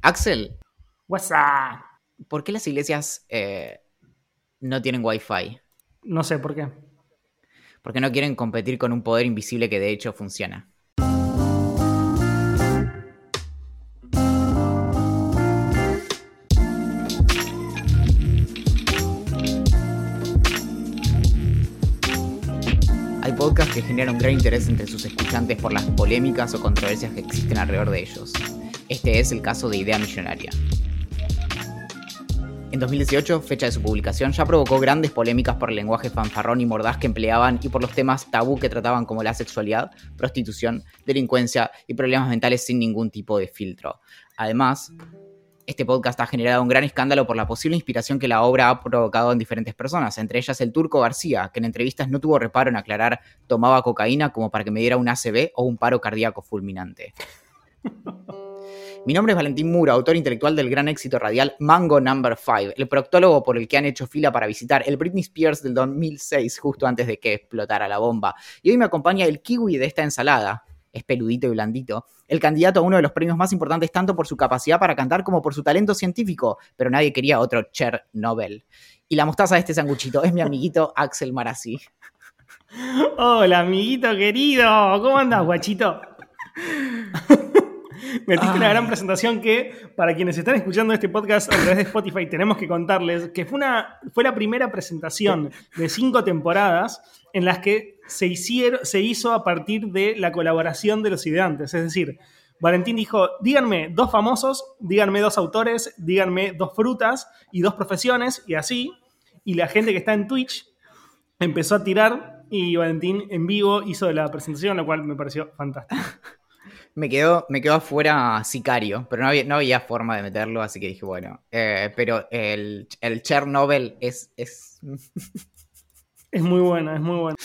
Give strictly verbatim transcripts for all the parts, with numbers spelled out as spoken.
Axel, What's up? ¿por qué las iglesias eh, no tienen Wi-Fi? No sé por qué. Porque no quieren competir con un poder invisible que de hecho funciona. Hay podcasts que generan un gran interés entre sus escuchantes por las polémicas o controversias que existen alrededor de ellos. Este es el caso de Idea Millonaria. En dos mil dieciocho, fecha de su publicación, ya provocó grandes polémicas por el lenguaje fanfarrón y mordaz que empleaban y por los temas tabú que trataban como la sexualidad, prostitución, delincuencia y problemas mentales sin ningún tipo de filtro. Además, este podcast ha generado un gran escándalo por la posible inspiración que la obra ha provocado en diferentes personas, entre ellas el Turco García, que en entrevistas no tuvo reparo en aclarar tomaba cocaína como para que me diera un A C V o un paro cardíaco fulminante. Mi nombre es Valentín Muro, autor intelectual del gran éxito radial Mango Number cinco, el proctólogo por el que han hecho fila para visitar el Britney Spears del dos mil seis, justo antes de que explotara la bomba. Y hoy me acompaña el kiwi de esta ensalada, es peludito y blandito, el candidato a uno de los premios más importantes tanto por su capacidad para cantar como por su talento científico, pero nadie quería otro Chernobyl. Y la mostaza de este sanguchito es mi amiguito Axel Marazzi. Hola, amiguito querido. ¿Cómo andas, guachito? Metiste Ay. una gran presentación que, para quienes están escuchando este podcast a través de Spotify, tenemos que contarles que fue, una, fue la primera presentación de cinco temporadas en las que se, hicieron, se hizo a partir de la colaboración de los ideantes. Es decir, Valentín dijo, díganme dos famosos, díganme dos autores, díganme dos frutas y dos profesiones, y así. Y la gente que está en Twitch empezó a tirar y Valentín en vivo hizo la presentación, lo cual me pareció fantástico. Me quedó, me quedó afuera Sicario, pero no había, no había forma de meterlo, así que dije, bueno, eh, pero el, el Chernobyl es... es... Es muy buena, es muy buena.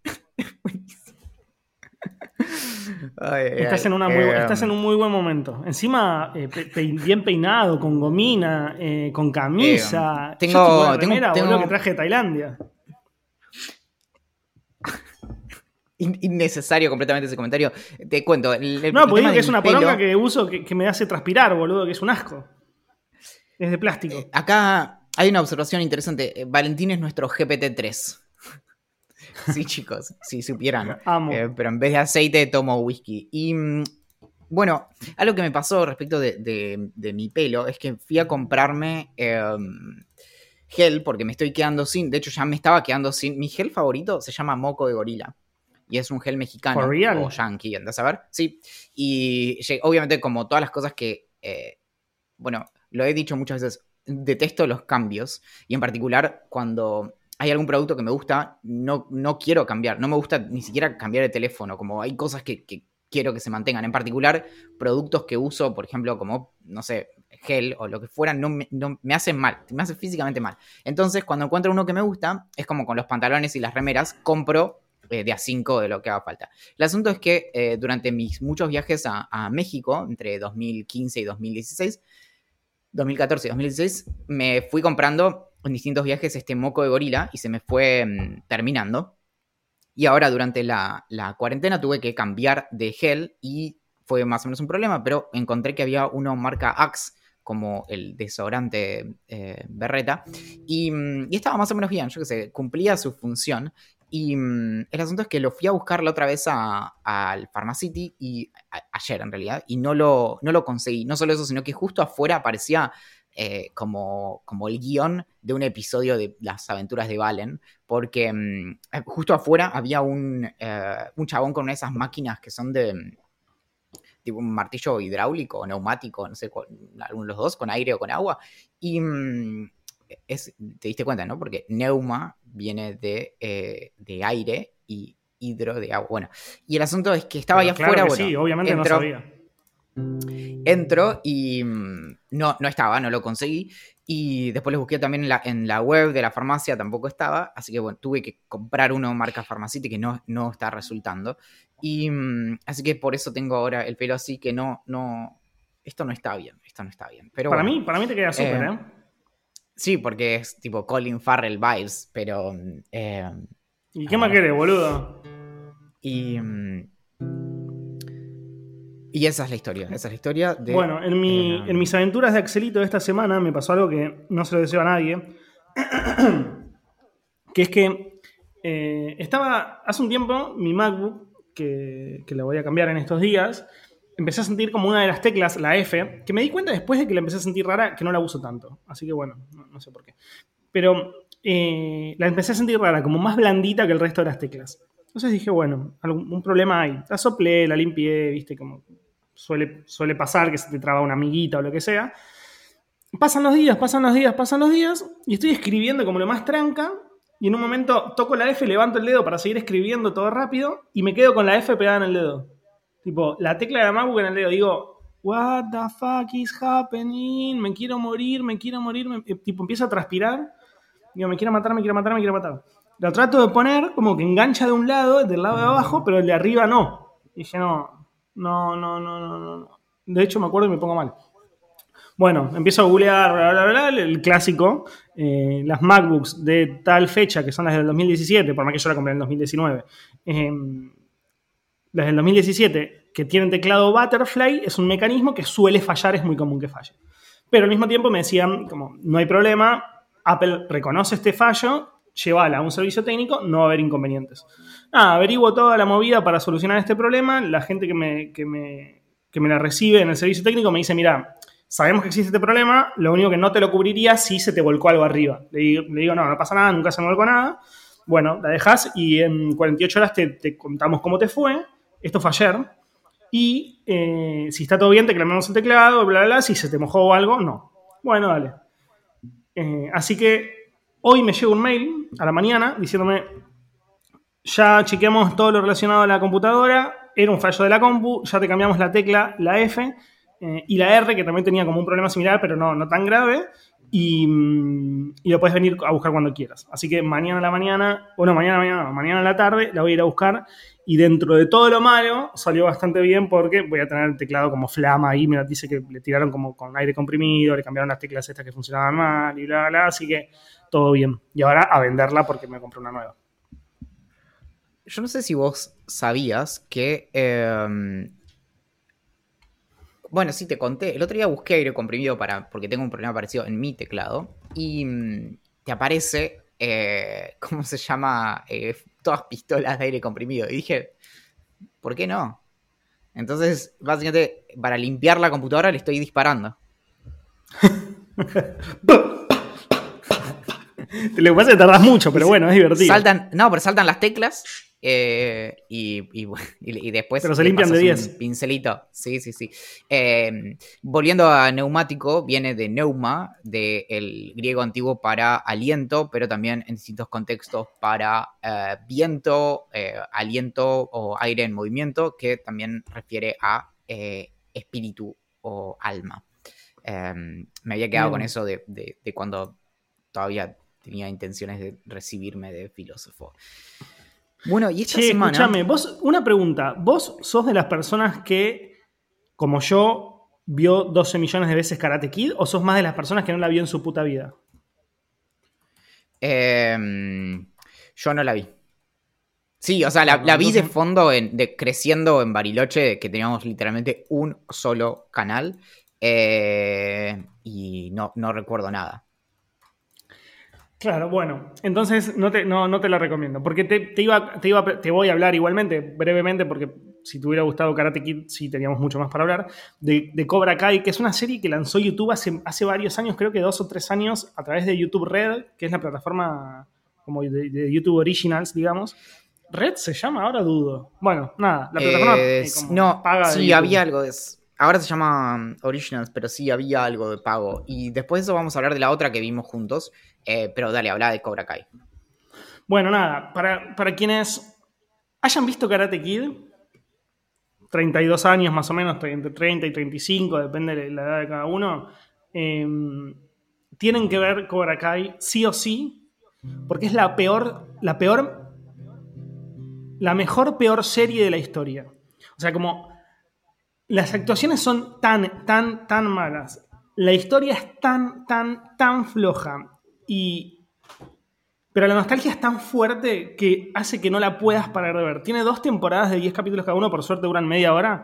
Ay, ay, Estás, ay. en una muy, Eh, estás en un muy buen momento. Encima, eh, pe- pe- bien peinado, con gomina, eh, con camisa. Eh, tengo- Yo estoy con la tengo- remera, tengo- boludo, que traje de Tailandia. in- innecesario completamente ese comentario. Te cuento. El, el- No, el porque tema digo que de es mi una pelo, poronga que uso que, que me hace transpirar, boludo, que es un asco. Es de plástico. eh, acá hay una observación interesante. Eh, Valentín es nuestro G P T tres. Sí, chicos, si supieran. Amo. Eh, pero en vez de aceite tomo whisky. Y mm, bueno, algo que me pasó respecto de, de- de mi pelo es que fui a comprarme eh, gel porque me estoy quedando sin. De hecho, ya me estaba quedando sin. Mi gel favorito se llama Moco de Gorila. Y es un gel mexicano. For real? O yankee, andás a ver. Sí. Y lle- obviamente, como todas las cosas que. eh, bueno, lo he dicho muchas veces. Detesto los cambios. Y en particular, cuando hay algún producto que me gusta, no, no quiero cambiar. No me gusta ni siquiera cambiar de teléfono. Como hay cosas que, que quiero que se mantengan. En particular, productos que uso, por ejemplo, como, no sé, gel o lo que fuera, no me, no, me hacen mal. Me hace físicamente mal. Entonces, cuando encuentro uno que me gusta, es como con los pantalones y las remeras, compro eh, de a cinco de lo que haga falta. El asunto es que eh, durante mis muchos viajes a, a México, entre dos mil quince y dos mil dieciséis, dos mil catorce y dos mil dieciséis, me fui comprando en distintos viajes este moco de gorila y se me fue mmm, terminando. Y ahora durante la, la cuarentena tuve que cambiar de gel y fue más o menos un problema, pero encontré que había uno marca Axe, como el desodorante eh, berreta, y, mm, y estaba más o menos bien, yo qué sé, cumplía su función. Y mm, el asunto es que lo fui a buscar la otra vez a- al Pharmacity, y, a- ayer en realidad, y no lo, no lo conseguí. No solo eso, sino que justo afuera aparecía eh, como, como el guión de un episodio de Las Aventuras de Valen, porque mm, justo afuera había un, eh, un chabón con una de esas máquinas que son de tipo un martillo hidráulico o neumático, no sé, con, alguno de los dos, con aire o con agua. Y mm, es, te diste cuenta, ¿no? Porque neuma viene de, eh, de aire y hidro de agua. Bueno, y el asunto es que estaba Pero ahí claro afuera, que bueno, sí, obviamente entro, no sabía. entro y mm, no, no estaba, no lo conseguí. Y después lo busqué también en la, en la web de la farmacia, tampoco estaba. Así que bueno, tuve que comprar uno marca Pharmacity que no, no está resultando. Y mm, así que por eso tengo ahora el pelo así, que no, no, esto no está bien, esto no está bien. Pero Para bueno, mí, para mí te queda súper, eh, ¿eh? sí, porque es tipo Colin Farrell vibes, pero eh, ¿Y a qué más ver. querés, boludo? Y mm, Y esa es la historia, esa es la historia de... Bueno, en, mi, eh, en mis aventuras de Axelito de esta semana me pasó algo que no se lo deseo a nadie, que es que eh, estaba, hace un tiempo, mi MacBook, que, que la voy a cambiar en estos días, empecé a sentir como una de las teclas, la F, que me di cuenta después de que la empecé a sentir rara, que no la uso tanto, así que bueno, no, no sé por qué. Pero eh, la empecé a sentir rara, como más blandita que el resto de las teclas. Entonces dije, bueno, algún un problema hay. La soplé, la limpié, viste, como suele, suele pasar, que se te traba una amiguita o lo que sea. Pasan los días, pasan los días, pasan los días, y estoy escribiendo como lo más tranca, y en un momento toco la F, levanto el dedo para seguir escribiendo todo rápido, y me quedo con la F pegada en el dedo. Tipo, la tecla de la MacBook en el dedo. Digo, what the fuck is happening? Me quiero morir, me quiero morir. Me... Tipo, empiezo a transpirar. Digo, me quiero matar, me quiero matar, me quiero matar. Lo trato de poner como que engancha de un lado, del lado de abajo, pero el de arriba no. Y dije, no, no, no, no, no, no. De hecho, me acuerdo y me pongo mal. Bueno, empiezo a googlear, bla, bla, bla, bla, el clásico. Eh, las MacBooks de tal fecha, que son las del dos mil diecisiete, por más que yo la compré en el dos mil diecinueve. Eh, las del dos mil diecisiete, que tienen teclado Butterfly, es un mecanismo que suele fallar, es muy común que falle. Pero al mismo tiempo me decían, como, no hay problema, Apple reconoce este fallo, llévala a un servicio técnico, no va a haber inconvenientes. Nada, averiguo toda la movida para solucionar este problema. La gente que me, que me, que me la recibe en el servicio técnico me dice, mira, sabemos que existe este problema, lo único que no te lo cubriría si se te volcó algo arriba. Le digo, le digo no, no pasa nada, nunca se me volcó nada. Bueno, la dejas y en cuarenta y ocho horas te, te contamos cómo te fue. Esto fue ayer. Y eh, si está todo bien, te cambiamos el teclado, bla, bla, bla. Si se te mojó algo, no. Bueno, dale. Eh, así que hoy me llegó un mail a la mañana diciéndome, ya chequeamos todo lo relacionado a la computadora, era un fallo de la compu, ya te cambiamos la tecla, la F, eh, y la R, que también tenía como un problema similar, pero no, no tan grave, y, y lo puedes venir a buscar cuando quieras. Así que mañana a la mañana, bueno, mañana, mañana, mañana a la tarde la voy a ir a buscar, y dentro de todo lo malo salió bastante bien porque voy a tener el teclado como flama ahí, me dice que le tiraron como con aire comprimido, le cambiaron las teclas estas que funcionaban mal, y bla, bla, bla, así que todo bien. Y ahora a venderla porque me compré una nueva. Yo no sé si vos sabías que... Eh, bueno, sí te conté. El otro día busqué aire comprimido para, porque tengo un problema parecido en mi teclado. Y mm, te aparece, eh, ¿cómo se llama? Eh, todas pistolas de aire comprimido. Y dije, ¿por qué no? Entonces, básicamente, para limpiar la computadora le estoy disparando. Lo que pasa es que tardás mucho, pero bueno, es divertido. Saltan, no, pero saltan las teclas eh, y, y, y, y después... Pero se limpian de diez. Un pincelito, sí, sí, sí. Eh, volviendo a neumático, viene de neuma, del griego antiguo para aliento, pero también en distintos contextos para eh, viento, eh, aliento o aire en movimiento, que también refiere a eh, espíritu o alma. Eh, me había quedado Bien. con eso de, de, de cuando todavía... tenía intenciones de recibirme de filósofo. Bueno, y esta che, semana... escúchame, vos, una pregunta. ¿Vos sos de las personas que, como yo, vio doce millones de veces Karate Kid? ¿O sos más de las personas que no la vio en su puta vida? Eh, yo no la vi. Sí, o sea, la, la vi de fondo, en, de, creciendo en Bariloche, que teníamos literalmente un solo canal. Eh, y no, no recuerdo nada. Claro, bueno, entonces no te, no, no te la recomiendo, porque te, te, iba, te, iba, te voy a hablar igualmente, brevemente, porque si te hubiera gustado Karate Kid, sí teníamos mucho más para hablar, de, de Cobra Kai, que es una serie que lanzó YouTube hace, hace varios años, creo que dos o tres años, a través de YouTube Red, que es la plataforma como de, de YouTube Originals, digamos. ¿Red se llama? Ahora dudo. Bueno, nada, la plataforma eh, eh, como no, paga de sí, YouTube. había algo de eso. Ahora se llama Originals, pero sí había algo de pago. Y después de eso vamos a hablar de la otra que vimos juntos. Eh, pero dale, habla de Cobra Kai. Bueno, nada, para, para quienes hayan visto Karate Kid, treinta y dos años más o menos, entre treinta y treinta y cinco, depende de la edad de cada uno, eh, tienen que ver Cobra Kai sí o sí, porque es la peor, la peor, la mejor peor serie de la historia. O sea, como... las actuaciones son tan, tan, tan malas. La historia es tan, tan, tan floja. Y... pero la nostalgia es tan fuerte que hace que no la puedas parar de ver. Tiene dos temporadas de diez capítulos cada uno, por suerte duran media hora.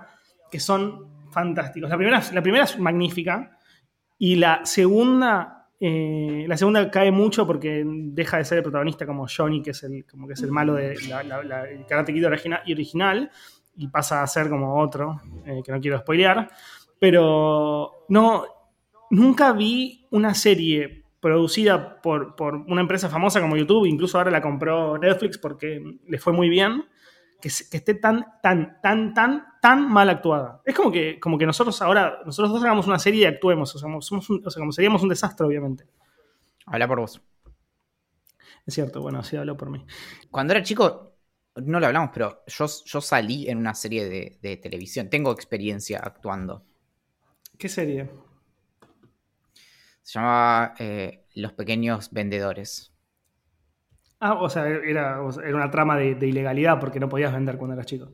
que son fantásticos. La primera, la primera es magnífica y la segunda, eh, la segunda cae mucho porque deja de ser el protagonista como Johnny, que es el, como que es el malo de la, la, la, el Karate Kid original, original y pasa a ser como otro, eh, que no quiero spoilear. Pero no, nunca vi una serie producida por, por una empresa famosa como YouTube, incluso ahora la compró Netflix porque le fue muy bien, que, que esté tan, tan, tan, tan, tan mal actuada. Es como que, como que nosotros ahora, nosotros dos hagamos una serie y actuemos, o sea, somos un, o sea, como seríamos un desastre, obviamente. Habla por vos. Es cierto, bueno, sí hablo por mí. Cuando era chico, no lo hablamos, pero yo, yo salí en una serie de, de televisión. Tengo experiencia actuando. ¿Qué serie? Se llamaba eh, Los Pequeños Vendedores. Ah, o sea, era, o sea, era una trama de, de ilegalidad porque no podías vender cuando eras chico.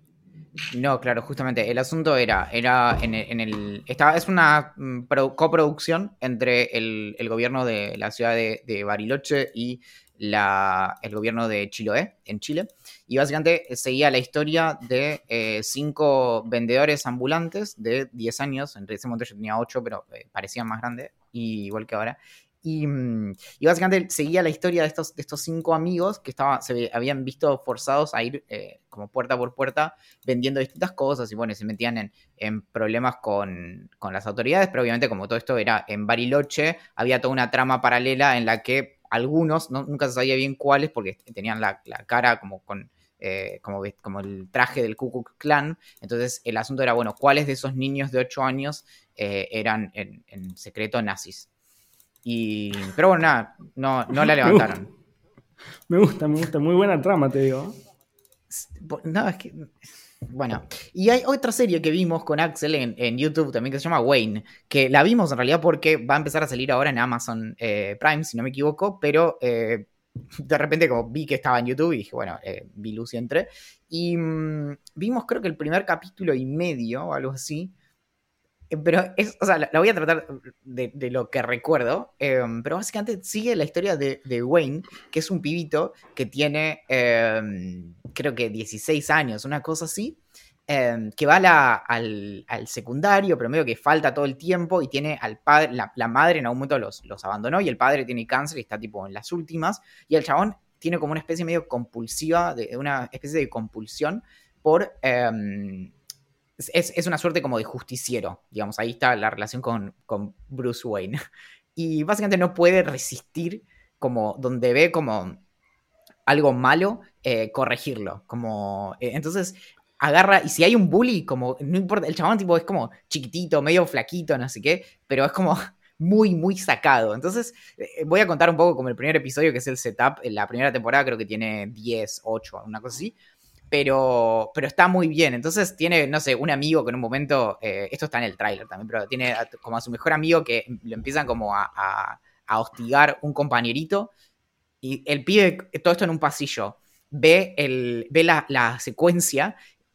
No, claro, justamente. El asunto era, era en el, en el esta, es una mm, pro- coproducción entre el, el gobierno de la ciudad de, de Bariloche y la, el gobierno de Chiloé, en Chile. Y básicamente seguía la historia de eh, cinco vendedores ambulantes de diez años. En ese momento yo tenía ocho, pero eh, parecían más grandes, y, igual que ahora. Y, mm, y básicamente seguía la historia de estos, de estos cinco amigos que estaba, se habían visto forzados a ir eh, como puerta por puerta vendiendo distintas cosas y bueno, se metían en, en problemas con, con las autoridades, pero obviamente como todo esto era en Bariloche, había toda una trama paralela en la que algunos, no, nunca se sabía bien cuáles, porque tenían la, la cara como con... Eh, como, como el traje del Ku Klux Klan. Entonces el asunto era, bueno, ¿cuáles de esos niños de ocho años eh, eran en, en secreto nazis? Y, pero bueno, nada, no, no la levantaron. Me gusta, me gusta. Muy buena trama, te digo. No, es que... Bueno, y hay otra serie que vimos con Axel en, en YouTube también que se llama Wayne, que la vimos en realidad porque va a empezar a salir ahora en Amazon eh, Prime, si no me equivoco, pero eh, de repente como vi que estaba en YouTube y dije, bueno, eh, vi Lucy, entré, y mmm, vimos creo que el primer capítulo y medio o algo así. Pero es, o sea, la, la voy a tratar de, de lo que recuerdo, eh, pero básicamente sigue la historia de, de Wayne, que es un pibito que tiene, eh, creo que dieciséis años, una cosa así, eh, que va a la, al, al secundario, pero medio que falta todo el tiempo y tiene al padre, la, la madre en algún momento los, los abandonó y el padre tiene cáncer y está tipo en las últimas, y el chabón tiene como una especie medio compulsiva, de, una especie de compulsión por... Eh, Es, es, una suerte como de justiciero, digamos, ahí está la relación con, con Bruce Wayne. Y básicamente no puede resistir como donde ve como algo malo, eh, corregirlo. Como, eh, entonces agarra, y si hay un bully, como, no importa, el chabón tipo es como chiquitito, medio flaquito, no sé qué, pero es como muy, muy sacado. Entonces eh, voy a contar un poco como el primer episodio, que es el setup. En la primera temporada creo que tiene diez, ocho, una cosa así. Pero, pero está muy bien. Entonces tiene, no sé, un amigo que en un momento, eh, esto está en el tráiler también, pero tiene como a su mejor amigo que lo empiezan como a, a, a hostigar un compañerito, y el pibe, todo esto en un pasillo, ve, el, ve la, la secuencia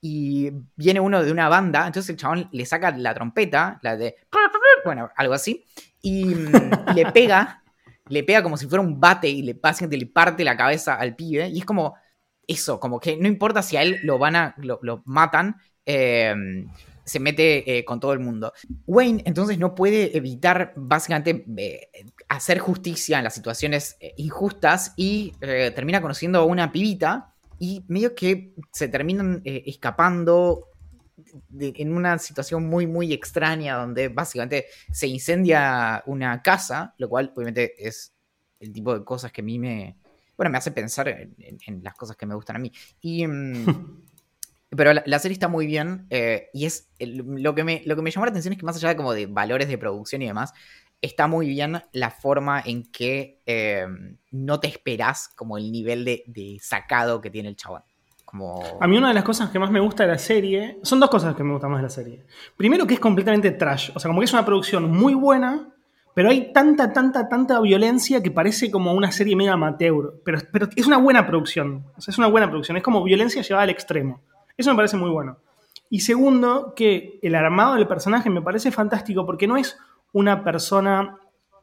y viene uno de una banda, entonces el chabón le saca la trompeta, la de, bueno, algo así, y, y le pega, le pega como si fuera un bate y le, básicamente le parte la cabeza al pibe, y es como... Eso, como que no importa si a él lo van a, lo, lo matan, eh, se mete eh, con todo el mundo. Wayne entonces no puede evitar básicamente eh, hacer justicia en las situaciones eh, injustas y eh, termina conociendo a una pibita y medio que se terminan eh, escapando de, en una situación muy muy extraña donde básicamente se incendia una casa, lo cual obviamente es el tipo de cosas que a mí me... Bueno, me hace pensar en, en, en las cosas que me gustan a mí. Y, um, pero la, la, serie está muy bien. Eh, y es el, lo, que me, lo que me llamó la atención es que más allá de, como de valores de producción y demás, está muy bien la forma en que eh, no te esperás como el nivel de, de sacado que tiene el chabón. Como... A mí una de las cosas que más me gusta de la serie... Son dos cosas que me gustan más de la serie. Primero, que es completamente trash. O sea, como que es una producción muy buena... Pero hay tanta, tanta, tanta violencia que parece como una serie medio amateur. Pero, pero es una buena producción. O sea, es una buena producción. Es como violencia llevada al extremo. Eso me parece muy bueno. Y segundo, que el armado del personaje me parece fantástico porque no es una persona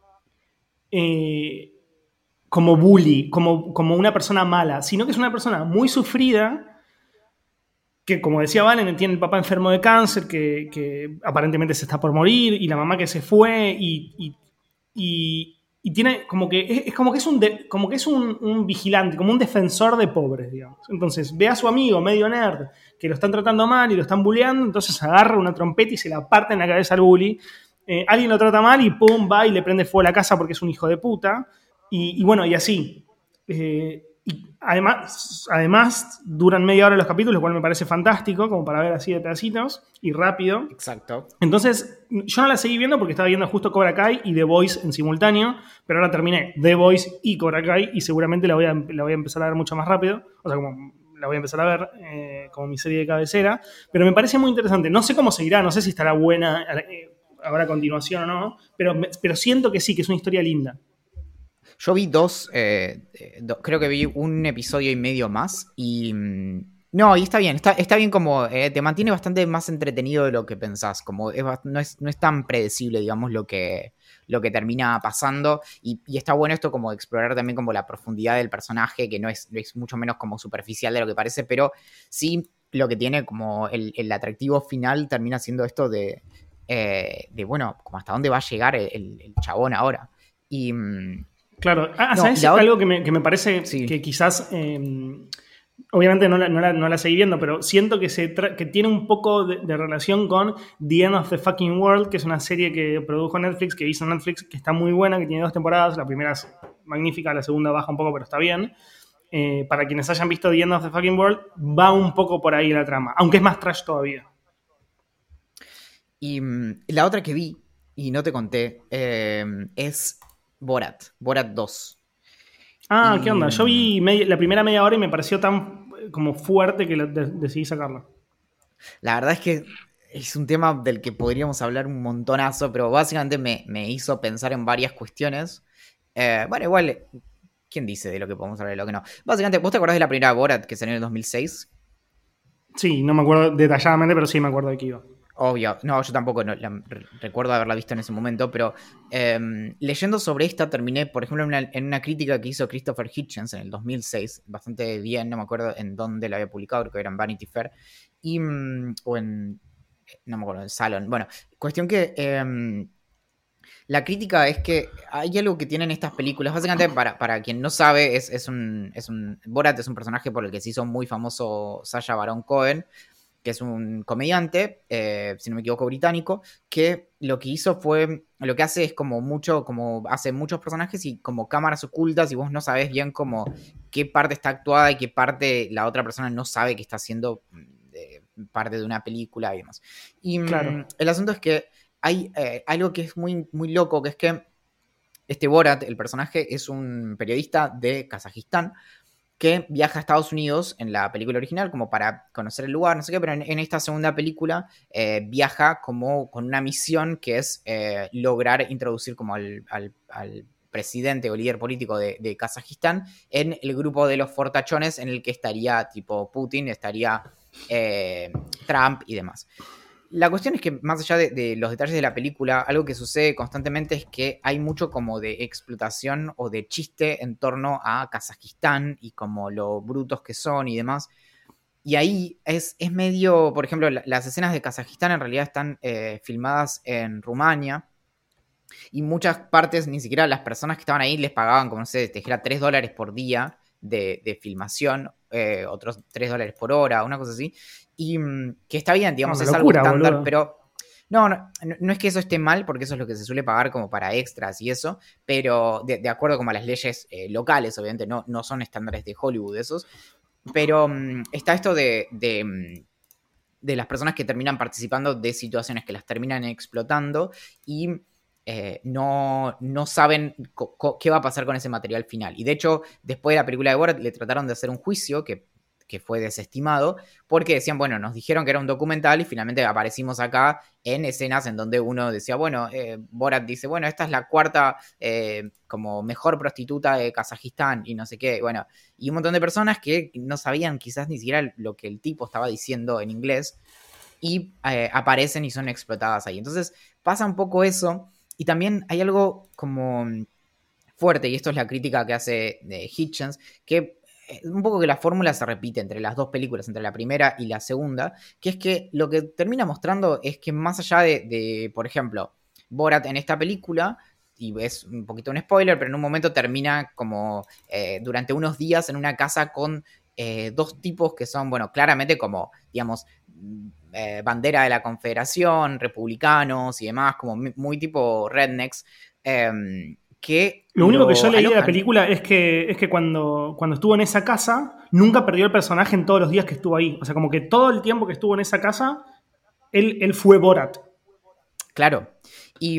eh, como bully, como, como una persona mala, sino que es una persona muy sufrida que como decía Valen, tiene el papá enfermo de cáncer, que, que aparentemente se está por morir, y la mamá que se fue, y, y, y, y tiene como que es, es como que es, un, de, como que es un, un vigilante, como un defensor de pobres, digamos. Entonces ve a su amigo medio nerd, que lo están tratando mal y lo están bulleando, entonces agarra una trompeta y se la parte en la cabeza al bully. Eh, alguien lo trata mal y pum, va y le prende fuego a la casa porque es un hijo de puta. Y, y bueno, y así. Eh, y además, además, duran media hora los capítulos, lo cual me parece fantástico, como para ver así de pedacitos y rápido. Exacto. Entonces, yo no la seguí viendo porque estaba viendo justo Cobra Kai y The Voice en simultáneo, pero ahora terminé The Voice y Cobra Kai y seguramente la voy a, la voy a empezar a ver mucho más rápido. O sea, como la voy a empezar a ver eh, como mi serie de cabecera. Pero me parece muy interesante. No sé cómo seguirá, no sé si estará buena eh, ahora a continuación o no, pero, pero siento que sí, que es una historia linda. Yo vi dos, eh, do, creo que vi un episodio y medio más y... No, y está bien, está, está bien como eh, te mantiene bastante más entretenido de lo que pensás, como es, no, es, no es tan predecible, digamos, lo que, lo que termina pasando y, y está bueno esto como de explorar también como la profundidad del personaje, que no es, es mucho menos como superficial de lo que parece, pero sí lo que tiene como el, el atractivo final termina siendo esto de, eh, de, bueno, como hasta dónde va a llegar el, el chabón ahora. Y... Claro, ah, no, ¿sabes? la... Algo que me, que me parece sí. que quizás... Eh, obviamente no la, no, la, no la seguí viendo, pero siento que, se que tiene un poco de, de relación con The End of the Fucking World, que es una serie que produjo Netflix, que hizo Netflix, que está muy buena, que tiene dos temporadas. La primera es magnífica, la segunda baja un poco, pero está bien. Eh, para quienes hayan visto The End of the Fucking World, va un poco por ahí la trama, aunque es más trash todavía. Y um, la otra que vi, y no te conté, eh, es Borat, Borat dos. Ah, y, ¿qué onda? Yo vi media, la primera media hora y me pareció tan como fuerte que de, decidí sacarla. La verdad es que es un tema del que podríamos hablar un montonazo, pero básicamente me, me hizo pensar en varias cuestiones. Eh, bueno, igual, ¿quién dice de lo que podemos hablar y de lo que no? Básicamente, ¿vos te acordás de la primera Borat que salió en el dos mil seis? Sí, no me acuerdo detalladamente, pero sí me acuerdo de qué iba. Obvio, no, yo tampoco no, la, recuerdo haberla visto en ese momento, pero eh, leyendo sobre esta terminé, por ejemplo, en una, en una crítica que hizo Christopher Hitchens en el dos mil seis, bastante bien, no me acuerdo en dónde la había publicado, creo que era en Vanity Fair, y, o en, no me acuerdo, en Salon. Bueno, cuestión que eh, la crítica es que hay algo que tienen estas películas, básicamente para, para quien no sabe, es, es, un, es un, Borat es un personaje por el que se hizo muy famoso Sacha Baron Cohen, que es un comediante, eh, si no me equivoco, británico, que lo que hizo fue, lo que hace es como mucho, como hace muchos personajes y como cámaras ocultas y vos no sabés bien como qué parte está actuada y qué parte la otra persona no sabe que está haciendo eh, parte de una película y demás. Y claro. el asunto es que hay eh, algo que es muy, muy loco, que es que este Borat, el personaje, es un periodista de Kazajistán, que viaja a Estados Unidos en la película original como para conocer el lugar, no sé qué, pero en, en esta segunda película eh, viaja como con una misión que es eh, lograr introducir como al, al, al presidente o líder político de, de Kazajistán en el grupo de los fortachones en el que estaría tipo Putin, estaría eh, Trump y demás. La cuestión es que, más allá de, de los detalles de la película, algo que sucede constantemente es que hay mucho como de explotación o de chiste en torno a Kazajistán y como lo brutos que son y demás. Y ahí es, es medio, por ejemplo, la, las escenas de Kazajistán en realidad están eh, filmadas en Rumania. Y muchas partes, ni siquiera las personas que estaban ahí les pagaban, como no sé, te dijera tres dólares por día de, de filmación, eh, otros tres dólares por hora, una cosa así. Y mm, que está bien, digamos, no, es locura, algo estándar, boludo. pero no, no, no es que eso esté mal, porque eso es lo que se suele pagar como para extras y eso, pero de, de acuerdo como a las leyes eh, locales, obviamente, no, no son estándares de Hollywood esos, pero um, está esto de, de, de las personas que terminan participando de situaciones que las terminan explotando y eh, no, no saben co- co- qué va a pasar con ese material final. Y de hecho, después de la película de Borat le trataron de hacer un juicio que que fue desestimado, porque decían, bueno, nos dijeron que era un documental y finalmente aparecimos acá en escenas en donde uno decía, bueno, eh, Borat dice, bueno, esta es la cuarta eh, como mejor prostituta de Kazajistán y no sé qué, bueno, y un montón de personas que no sabían quizás ni siquiera lo que el tipo estaba diciendo en inglés y eh, aparecen y son explotadas ahí. Entonces pasa un poco eso y también hay algo como fuerte, y esto es la crítica que hace de Hitchens, que un poco que la fórmula se repite entre las dos películas, entre la primera y la segunda, que es que lo que termina mostrando es que más allá de, de por ejemplo, Borat en esta película, y es un poquito un spoiler, pero en un momento termina como eh, durante unos días en una casa con eh, dos tipos que son, bueno, claramente como, digamos, eh, bandera de la Confederación, republicanos y demás, como muy tipo rednecks, eh, que Lo único que yo lo leí de la alojan. película es que, es que cuando, cuando estuvo en esa casa, nunca perdió el personaje en todos los días que estuvo ahí. O sea, como que todo el tiempo que estuvo en esa casa, él, él fue Borat. Claro. Y,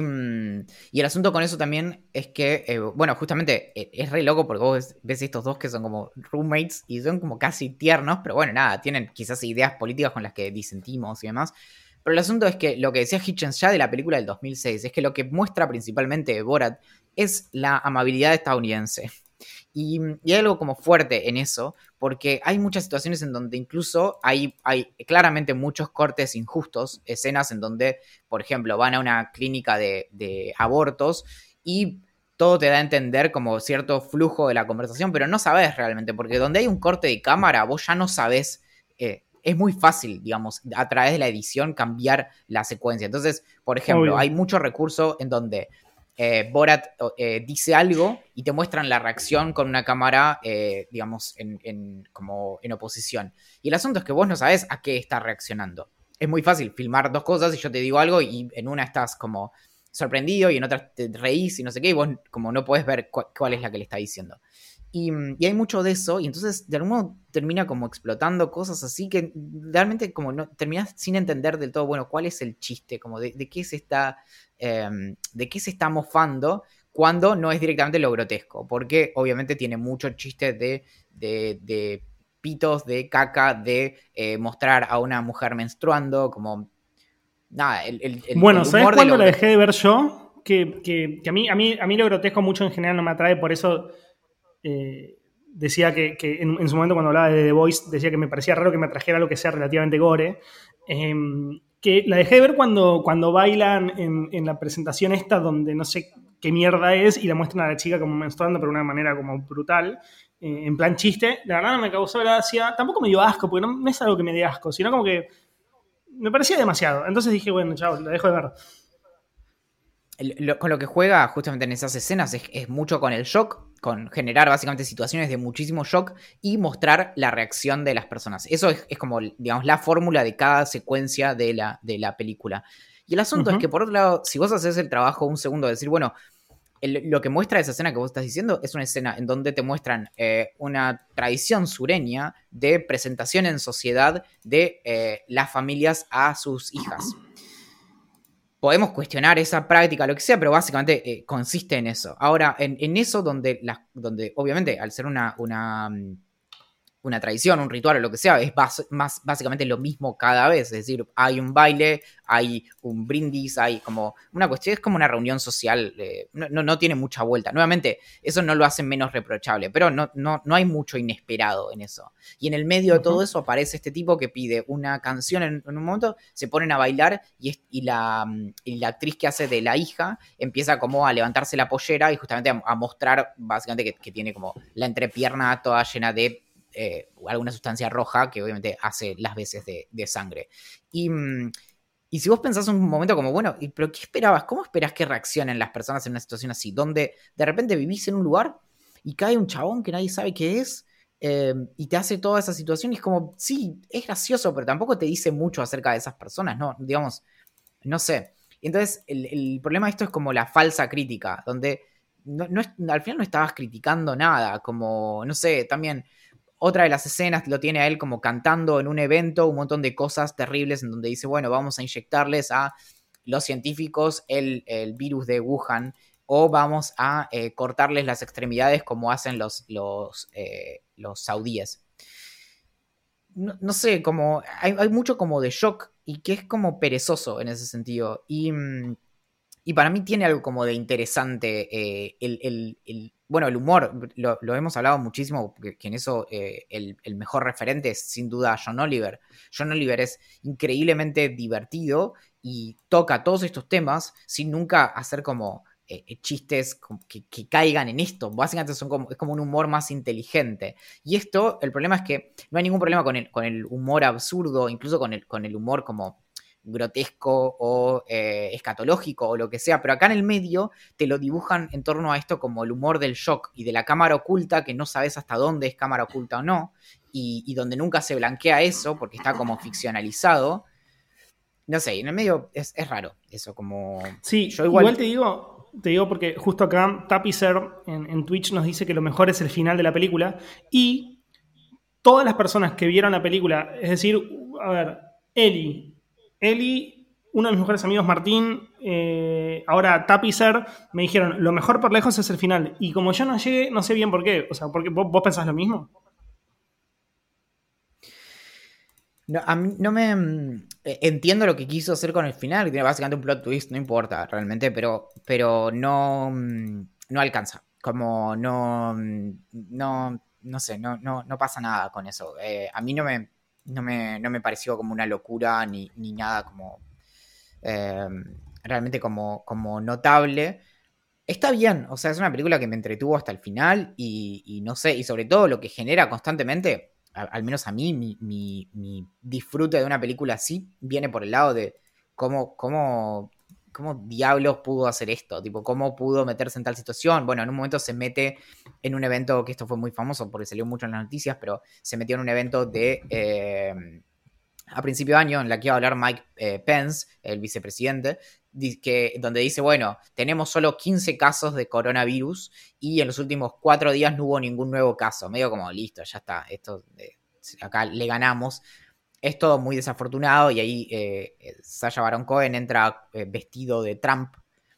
y el asunto con eso también es que, eh, bueno, justamente eh, es re loco porque vos ves, ves estos dos que son como roommates y son como casi tiernos, pero bueno, nada, tienen quizás ideas políticas con las que disentimos y demás. Pero el asunto es que lo que decía Hitchens ya de la película del dos mil seis es que lo que muestra principalmente Borat es la amabilidad estadounidense. Y, y hay algo como fuerte en eso, porque hay muchas situaciones en donde incluso hay, hay claramente muchos cortes injustos, escenas en donde, por ejemplo, van a una clínica de, de abortos y todo te da a entender como cierto flujo de la conversación, pero no sabes realmente, porque donde hay un corte de cámara, vos ya no sabés. Eh, es muy fácil, digamos, a través de la edición cambiar la secuencia. Entonces, por ejemplo, Obvio. hay mucho recurso en donde eh, Borat eh, dice algo y te muestran la reacción con una cámara, eh, digamos, en, en, como en oposición. Y el asunto es que vos no sabés a qué está reaccionando. Es muy fácil filmar dos cosas y yo te digo algo y en una estás como sorprendido y en otra te reís y no sé qué, y vos como no podés ver cu- cuál es la que le está diciendo. Y, y, hay mucho de eso, y entonces de algún modo termina como explotando cosas así que realmente como no terminás sin entender del todo, bueno, cuál es el chiste, como de, de qué se está, eh, de qué se está mofando cuando no es directamente lo grotesco, porque obviamente tiene mucho chiste de, de, de pitos, de caca, de eh, mostrar a una mujer menstruando, como nada, el, el, el, Bueno, el ¿sabes humor de cuándo lo la dejé de grotesco. ver yo? Que, que, que a, mí, a, mí, a mí lo grotesco mucho en general no me atrae, por eso eh, decía que, que en, en, su momento cuando hablaba de The Voice, decía que me parecía raro que me atrajera lo que sea relativamente gore. Eh, que la dejé de ver cuando, cuando bailan en, en la presentación esta, donde no sé qué mierda es, y la muestran a la chica como menstruando, pero de una manera como brutal, eh, en plan chiste. La verdad no me causó gracia, tampoco me dio asco, porque no, no es algo que me dé asco, sino como que me parecía demasiado. Entonces dije, bueno, chao, la dejo de ver. Lo, con lo que juega justamente en esas escenas es, es mucho con el shock, con generar básicamente situaciones de muchísimo shock y mostrar la reacción de las personas. Eso es, es como, digamos, la fórmula de cada secuencia de la, de la película. Y el asunto Uh-huh. es que, por otro lado, si vos haces el trabajo un segundo de decir, bueno, el, lo que muestra esa escena que vos estás diciendo es una escena en donde te muestran eh, una tradición sureña de presentación en sociedad de eh, las familias a sus hijas. Podemos cuestionar esa práctica, lo que sea, pero básicamente eh, consiste en eso. Ahora, en, en eso donde, la, donde obviamente al ser una, una, una tradición, un ritual o lo que sea, es bas, más básicamente lo mismo cada vez. Es decir, hay un baile, hay un brindis, hay como una cuestión, es como una reunión social, eh, no, no, no tiene mucha vuelta. Nuevamente, eso no lo hace menos reprochable, pero no, no, no hay mucho inesperado en eso. Y en el medio de todo eso aparece este tipo que pide una canción en, en un momento, se ponen a bailar y, es, y, la, y la actriz que hace de la hija empieza como a levantarse la pollera y justamente a, a mostrar básicamente que, que tiene como la entrepierna toda llena de Eh, alguna sustancia roja que obviamente hace las veces de, de sangre. Y, y si vos pensás un momento como, bueno, ¿pero qué esperabas? ¿Cómo esperás que reaccionen las personas en una situación así? Donde de repente vivís en un lugar y cae un chabón que nadie sabe qué es eh, y te hace toda esa situación y es como, sí, es gracioso, pero tampoco te dice mucho acerca de esas personas, ¿no? Digamos, no sé. Entonces, el, el problema de esto es como la falsa crítica, donde no, no es, al final no estabas criticando nada, como, no sé, también otra de las escenas lo tiene a él como cantando en un evento un montón de cosas terribles en donde dice, bueno, vamos a inyectarles a los científicos el, el virus de Wuhan o vamos a eh, cortarles las extremidades como hacen los, los, eh, los saudíes. No, no sé, como hay, hay, mucho como de shock y que es como perezoso en ese sentido. Y, y para mí tiene algo como de interesante eh, el, el, el bueno, el humor, lo, lo hemos hablado muchísimo, que, que en eso eh, el, el mejor referente es sin duda John Oliver. John Oliver es increíblemente divertido y toca todos estos temas sin nunca hacer como eh, chistes que, que caigan en esto. Básicamente son como, es como un humor más inteligente. Y esto, el problema es que no hay ningún problema con el, con el humor absurdo, incluso con el, con el humor como grotesco o eh, escatológico o lo que sea, pero acá en el medio te lo dibujan en torno a esto como el humor del shock y de la cámara oculta, que no sabes hasta dónde es cámara oculta o no, y, y donde nunca se blanquea eso porque está como ficcionalizado. No sé, en el medio es, es raro eso, como... Sí, yo igual... igual te digo, te digo porque justo acá Tapicer en, en Twitch nos dice que lo mejor es el final de la película y todas las personas que vieron la película, es decir, a ver, Eli, Eli, uno de mis mejores amigos, Martín, eh, ahora Tapicer, me dijeron, lo mejor por lejos es el final. Y como yo no llegué, no sé bien por qué. O sea, ¿por qué? ¿Vos, vos pensás lo mismo? No, a mí no me... Entiendo lo que quiso hacer con el final, que tiene básicamente un plot twist, no importa realmente, pero, pero no, no alcanza. Como no... No, no sé, no, no, no pasa nada con eso. Eh, a mí no me, no, me, no me pareció como una locura ni, ni nada como... Eh, realmente como, como notable. Está bien, o sea, es una película que me entretuvo hasta el final y, y no sé, y sobre todo lo que genera constantemente, a, al menos a mí, mi, mi, mi, disfrute de una película así viene por el lado de cómo, cómo, cómo diablos pudo hacer esto, tipo, cómo pudo meterse en tal situación. Bueno, en un momento se mete en un evento, que esto fue muy famoso porque salió mucho en las noticias, pero se metió en un evento de... Eh, a principio de año, en la que iba a hablar Mike eh, Pence, el vicepresidente, que, donde dice, bueno, tenemos solo quince casos de coronavirus y en los últimos cuatro días no hubo ningún nuevo caso. Medio como, listo, ya está, esto eh, acá le ganamos. Es todo muy desafortunado y ahí eh, Sacha Baron Cohen entra eh, vestido de Trump.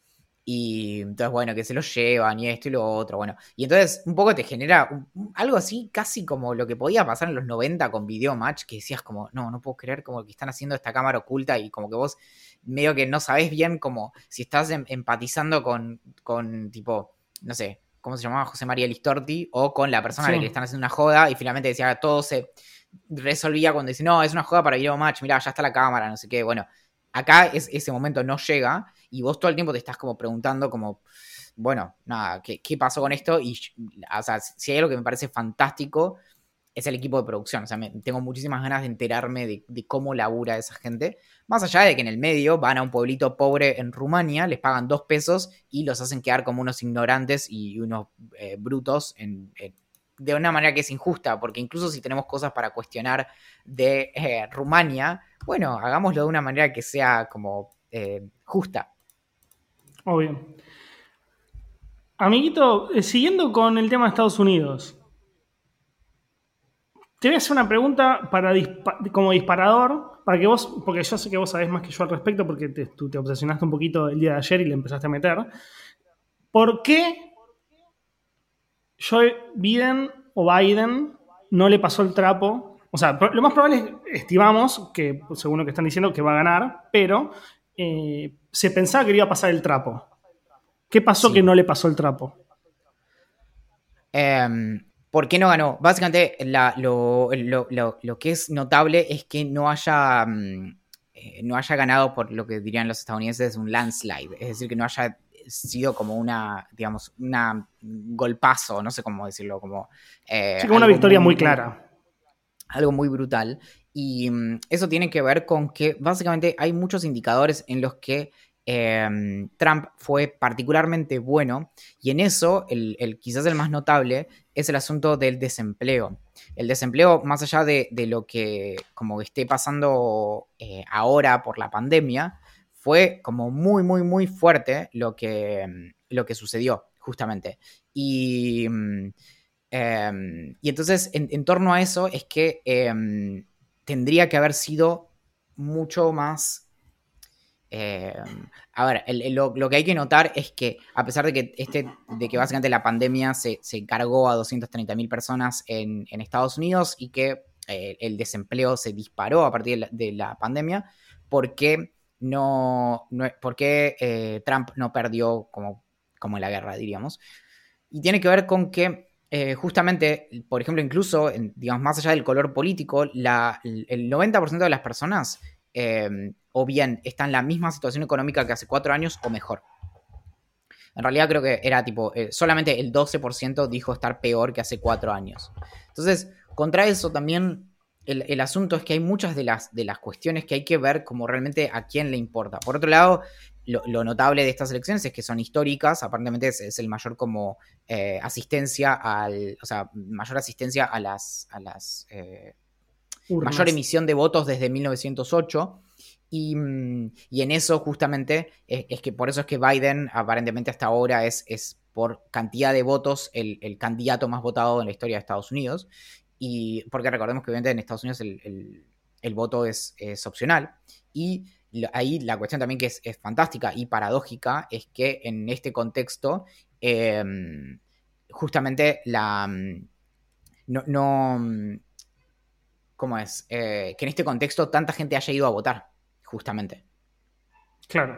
Y entonces, bueno, que se lo llevan y esto y lo otro, bueno. Y entonces un poco te genera un, algo así, casi como lo que podía pasar en los noventa con Video Match, que decías como, no, no puedo creer como que están haciendo esta cámara oculta y como que vos medio que no sabés bien como si estás em, empatizando con, con tipo, no sé, ¿cómo se llamaba? José María Listorti, o con la persona sí. a la que le están haciendo una joda y finalmente decía, todo se resolvía cuando dice, no, es una joda para Video Match, mirá, ya está la cámara, no sé qué, bueno. Acá es, ese momento no llega y vos todo el tiempo te estás como preguntando como, bueno, nada, ¿qué, qué pasó con esto? Y, o sea, si hay algo que me parece fantástico es el equipo de producción. O sea, me, tengo muchísimas ganas de enterarme de, de cómo labura esa gente. Más allá de que en el medio van a un pueblito pobre en Rumania, les pagan dos pesos y los hacen quedar como unos ignorantes y unos eh, brutos en, en, de una manera que es injusta, porque incluso si tenemos cosas para cuestionar de eh, Rumania, bueno, hagámoslo de una manera que sea como eh, justa. Obvio. Amiguito, eh, siguiendo con el tema de Estados Unidos, te voy a hacer una pregunta para dispa como disparador, para que vos, porque yo sé que vos sabés más que yo al respecto, porque te, tú te obsesionaste un poquito el día de ayer y le empezaste a meter. ¿Por qué Joe Biden o Biden no le pasó el trapo? O sea, lo más probable es, estimamos, que según lo que están diciendo, que va a ganar, pero eh, se pensaba que le iba a pasar el trapo. ¿Qué pasó sí. que no le pasó el trapo? Eh, ¿Por qué no ganó? Básicamente, la, lo, lo, lo, lo que es notable es que no haya, eh, no haya ganado por lo que dirían los estadounidenses un landslide. Es decir, que no haya sido como una, digamos, una golpazo, no sé cómo decirlo, como... Eh, sí, como una victoria muy, muy clara. Algo muy brutal. Y um, eso tiene que ver con que básicamente hay muchos indicadores en los que eh, Trump fue particularmente bueno, y en eso, el, el, quizás el más notable, es el asunto del desempleo. El desempleo, más allá de, de lo que como esté pasando eh, ahora por la pandemia, fue como muy, muy, muy fuerte lo que, lo que sucedió, justamente. Y... Eh, y entonces, en, en torno a eso, es que eh, tendría que haber sido mucho más... Eh, a ver, el, el, lo, lo que hay que notar es que, a pesar de que, este, de que básicamente la pandemia se, se cargó a doscientas treinta mil personas en, en Estados Unidos y que eh, el desempleo se disparó a partir de la, de la pandemia, ¿por qué, no, no, por qué eh, Trump no perdió como, como en la guerra, diríamos? Y tiene que ver con que Eh, justamente, por ejemplo, incluso, en, digamos, más allá del color político, la, el noventa por ciento de las personas eh, o bien están en la misma situación económica que hace cuatro años o mejor. En realidad creo que era tipo, eh, solamente el doce por ciento dijo estar peor que hace cuatro años. Entonces, contra eso también el, el asunto es que hay muchas de las, de las cuestiones que hay que ver como realmente a quién le importa. Por otro lado, lo, lo notable de estas elecciones es que son históricas, aparentemente es, es el mayor como eh, asistencia al, o sea, mayor asistencia a las, a las eh, mayor emisión de votos desde mil novecientos ocho. Y, y en eso justamente es, es que por eso es que Biden aparentemente hasta ahora es, es por cantidad de votos el, el candidato más votado en la historia de Estados Unidos. Y porque recordemos que obviamente en Estados Unidos el, el, el voto es, es, opcional. Y ahí la cuestión también que es, es fantástica y paradójica es que en este contexto eh, justamente la no, no ¿cómo es? Eh, que en este contexto tanta gente haya ido a votar, justamente. Claro.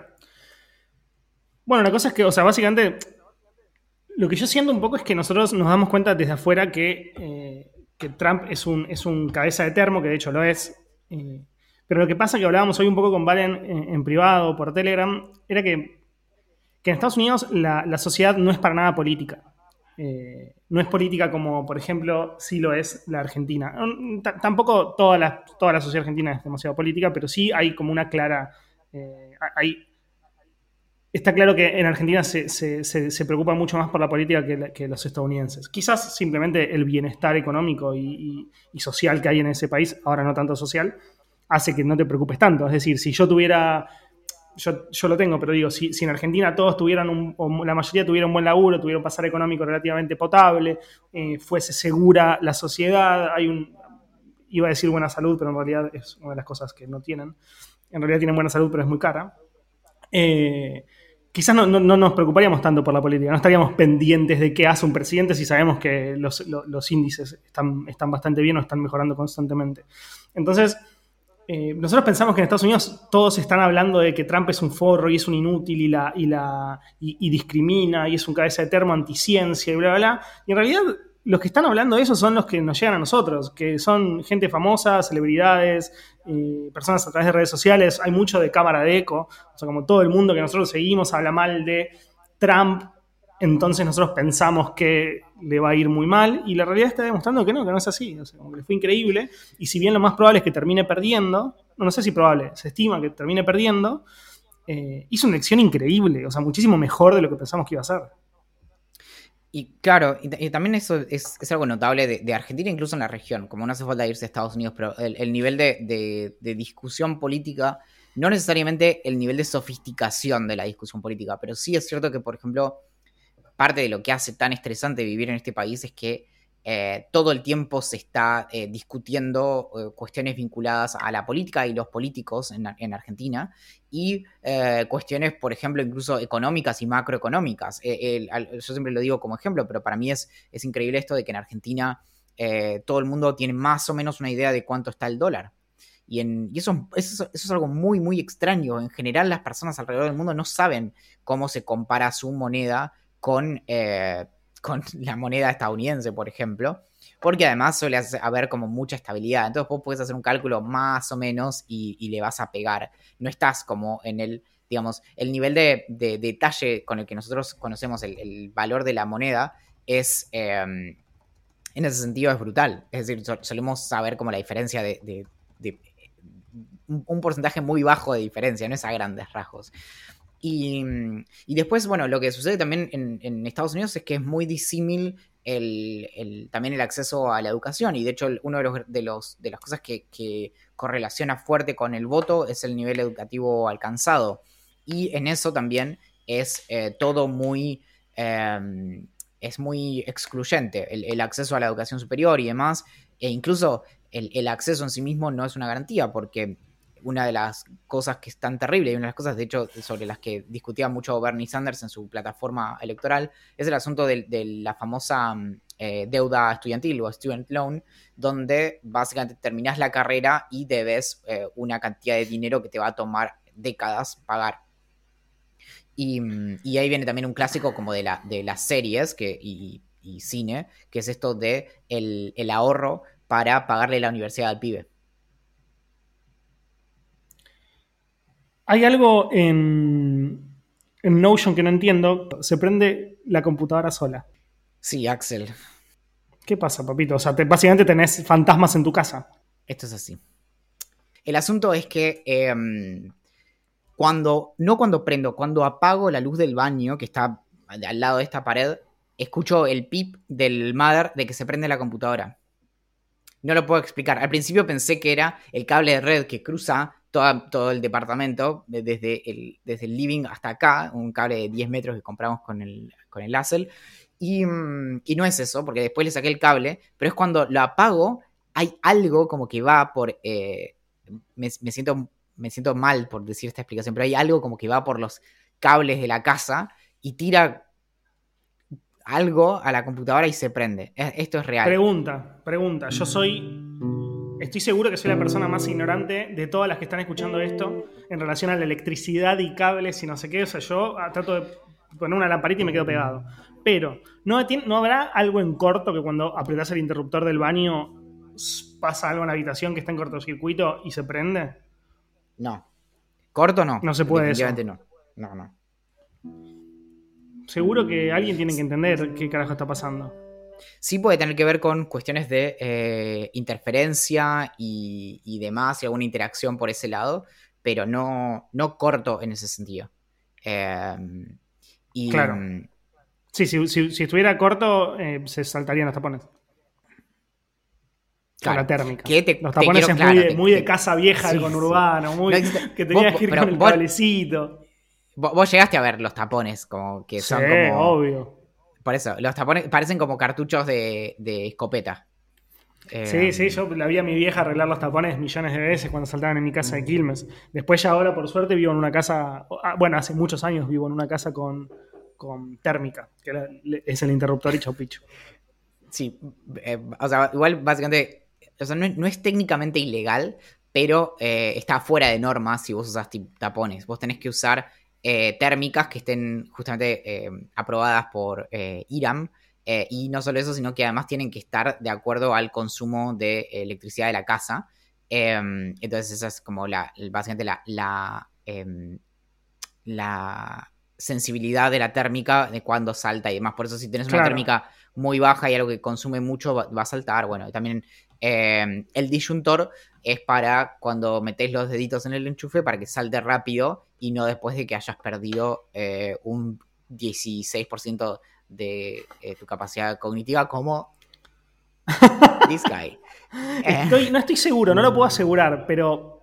Bueno, la cosa es que, o sea, básicamente, lo que yo siento un poco es que nosotros nos damos cuenta desde afuera que, eh, que Trump es un, es un cabeza de termo, que de hecho lo es. Eh, pero lo que pasa, que hablábamos hoy un poco con Valen en, en privado por Telegram, era que, que en Estados Unidos la, la sociedad no es para nada política. Eh, no es política como, por ejemplo, sí lo es la Argentina. T tampoco toda la, toda la sociedad argentina es demasiado política, pero sí hay como una clara... Eh, hay, está claro que en Argentina se, se, se, se preocupa mucho más por la política que, la, que los estadounidenses. Quizás simplemente el bienestar económico y, y, y social que hay en ese país, ahora no tanto social, hace que no te preocupes tanto. Es decir, si yo tuviera... Yo, yo lo tengo, pero digo, si, si en Argentina todos tuvieran, un, o la mayoría tuvieran un buen laburo, tuvieran un pasar económico relativamente potable, eh, fuese segura la sociedad, hay un, iba a decir buena salud, pero en realidad es una de las cosas que no tienen. En realidad tienen buena salud, pero es muy cara. Eh, quizás no, no, no nos preocuparíamos tanto por la política, no estaríamos pendientes de qué hace un presidente si sabemos que los, los, los índices están, están bastante bien o están mejorando constantemente. Entonces... Eh, nosotros pensamos que en Estados Unidos todos están hablando de que Trump es un forro y es un inútil y, la, y, la, y, y discrimina y es un cabeza de termo anticiencia y bla, bla, bla. Y en realidad los que están hablando de eso son los que nos llegan a nosotros, que son gente famosa, celebridades, eh, personas a través de redes sociales. Hay mucho de cámara de eco. O sea, como todo el mundo que nosotros seguimos habla mal de Trump, entonces nosotros pensamos que le va a ir muy mal, y la realidad está demostrando que no, que no es así. O sea, como que le fue increíble, y si bien lo más probable es que termine perdiendo, no, no sé si probable, se estima que termine perdiendo, eh, hizo una elección increíble, o sea, muchísimo mejor de lo que pensamos que iba a ser. Y claro, y, y también eso es, es algo notable de, de Argentina, incluso en la región, como no hace falta irse a Estados Unidos, pero el, el nivel de, de, de discusión política, no necesariamente el nivel de sofisticación de la discusión política, pero sí es cierto que, por ejemplo, parte de lo que hace tan estresante vivir en este país es que eh, todo el tiempo se está eh, discutiendo eh, cuestiones vinculadas a la política y los políticos en, en Argentina, y eh, cuestiones, por ejemplo, incluso económicas y macroeconómicas. Eh, el, yo siempre lo digo como ejemplo, pero para mí es, es increíble esto de que en Argentina eh, todo el mundo tiene más o menos una idea de cuánto está el dólar. Y, en, y eso, eso, eso es algo muy, muy extraño. En general, las personas alrededor del mundo no saben cómo se compara su moneda con, eh, con la moneda estadounidense, por ejemplo, porque además suele haber como mucha estabilidad. Entonces vos podés hacer un cálculo más o menos y, y le vas a pegar. No estás como en el, digamos, el nivel de, de detalle con el que nosotros conocemos el, el valor de la moneda es, eh, en ese sentido es brutal. Es decir, solemos saber como la diferencia de, de, de un porcentaje muy bajo de diferencia, no es a grandes rasgos. Y, y después, bueno, lo que sucede también en, en Estados Unidos es que es muy disímil el, el, también el acceso a la educación, y de hecho uno de, los, de, los, de las cosas que, que correlaciona fuerte con el voto es el nivel educativo alcanzado, y en eso también es eh, todo muy... Eh, es muy excluyente el, el acceso a la educación superior y demás, e incluso el, el acceso en sí mismo no es una garantía, porque una de las cosas que es tan terrible, y una de las cosas, de hecho, sobre las que discutía mucho Bernie Sanders en su plataforma electoral, es el asunto de, de la famosa eh, deuda estudiantil o student loan, donde básicamente terminás la carrera y debes eh, una cantidad de dinero que te va a tomar décadas pagar. Y, y ahí viene también un clásico como de, la, de las series que, y, y cine, que es esto de el, el ahorro para pagarle la universidad al pibe. Hay algo en, en Notion que no entiendo, se prende la computadora sola. Sí, Axel. ¿Qué pasa, papito? O sea, te, básicamente tenés fantasmas en tu casa. Esto es así. El asunto es que eh, cuando, no cuando prendo, cuando apago la luz del baño, que está al lado de esta pared, escucho el pip del mother de que se prende la computadora. No lo puedo explicar. Al principio pensé que era el cable de red que cruza toda, todo el departamento, desde el, desde el living hasta acá, un cable de diez metros que compramos con el, con el Hassel. Y, y no es eso, porque después le saqué el cable, pero es cuando lo apago, hay algo como que va por... Eh, me, me, siento, me siento mal por decir esta explicación, pero hay algo como que va por los cables de la casa y tira algo a la computadora y se prende. Esto es real. Pregunta, pregunta. Yo soy... Estoy seguro que soy la persona más ignorante de todas las que están escuchando esto en relación a la electricidad y cables y no sé qué. O sea, yo trato de poner una lamparita y me quedo pegado. Pero, ¿no, ¿no habrá algo en corto que cuando apretás el interruptor del baño pasa algo en la habitación que está en cortocircuito y se prende? No. ¿Corto no? No se puede eso. no. No, no. Seguro que alguien tiene que entender qué carajo está pasando. Sí puede tener que ver con cuestiones de eh, interferencia y, y demás, y alguna interacción por ese lado, pero no, no corto en ese sentido. Eh, y, claro. Sí, si, si, si estuviera corto, eh, se saltarían los tapones. Claro, la térmica. Te, los tapones quiero, es muy, claro, de, muy te, de casa vieja, sí, del conurbano, sí. muy, no, que tenías vos, que ir con el vos, cablecito. Vos, vos llegaste a ver los tapones, como que son sí, como... obvio. Por eso, los tapones parecen como cartuchos de, de escopeta. Eh, sí, sí, yo la vi a mi vieja arreglar los tapones millones de veces cuando saltaban en mi casa de Quilmes. Después ya ahora, por suerte, vivo en una casa... Bueno, hace muchos años vivo en una casa con, con térmica, que era, es el interruptor y chau picho. Sí, eh, o sea, igual básicamente... O sea, no es, no es técnicamente ilegal, pero eh, está fuera de norma si vos usás tapones. Vos tenés que usar... Eh, térmicas que estén justamente eh, aprobadas por eh, I R A M eh, y no solo eso, sino que además tienen que estar de acuerdo al consumo de electricidad de la casa. Eh, entonces esa es como la, básicamente la, la, eh, la sensibilidad de la térmica de cuando salta y demás. Por eso si tenés una claro. térmica muy baja y algo que consume mucho va, va a saltar. Bueno, también eh, el disyuntor es para cuando metés los deditos en el enchufe para que salte rápido y no después de que hayas perdido eh, un dieciséis por ciento de eh, tu capacidad cognitiva como this guy. Estoy, no estoy seguro, no lo puedo asegurar, pero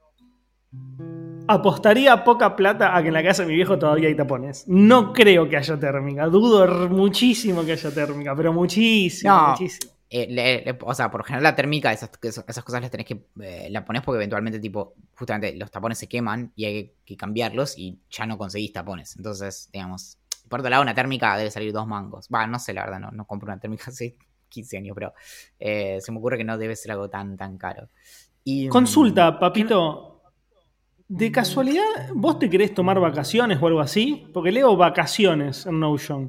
apostaría poca plata a que en la casa de mi viejo todavía hay tapones. No creo que haya térmica, dudo muchísimo que haya térmica, pero muchísimo, no. muchísimo. Eh, le, le, o sea, por lo general la térmica, esas, esas cosas las tenés que... Eh, la pones porque eventualmente, tipo, justamente los tapones se queman y hay que, que cambiarlos y ya no conseguís tapones. Entonces, digamos, por otro lado, una térmica debe salir dos mangos. Va, no sé, la verdad, no, no compro una térmica hace quince años, pero eh, se me ocurre que no debe ser algo tan, tan caro. Y, Consulta, papito. ¿De casualidad vos te querés tomar vacaciones o algo así? Porque leo vacaciones en Notion.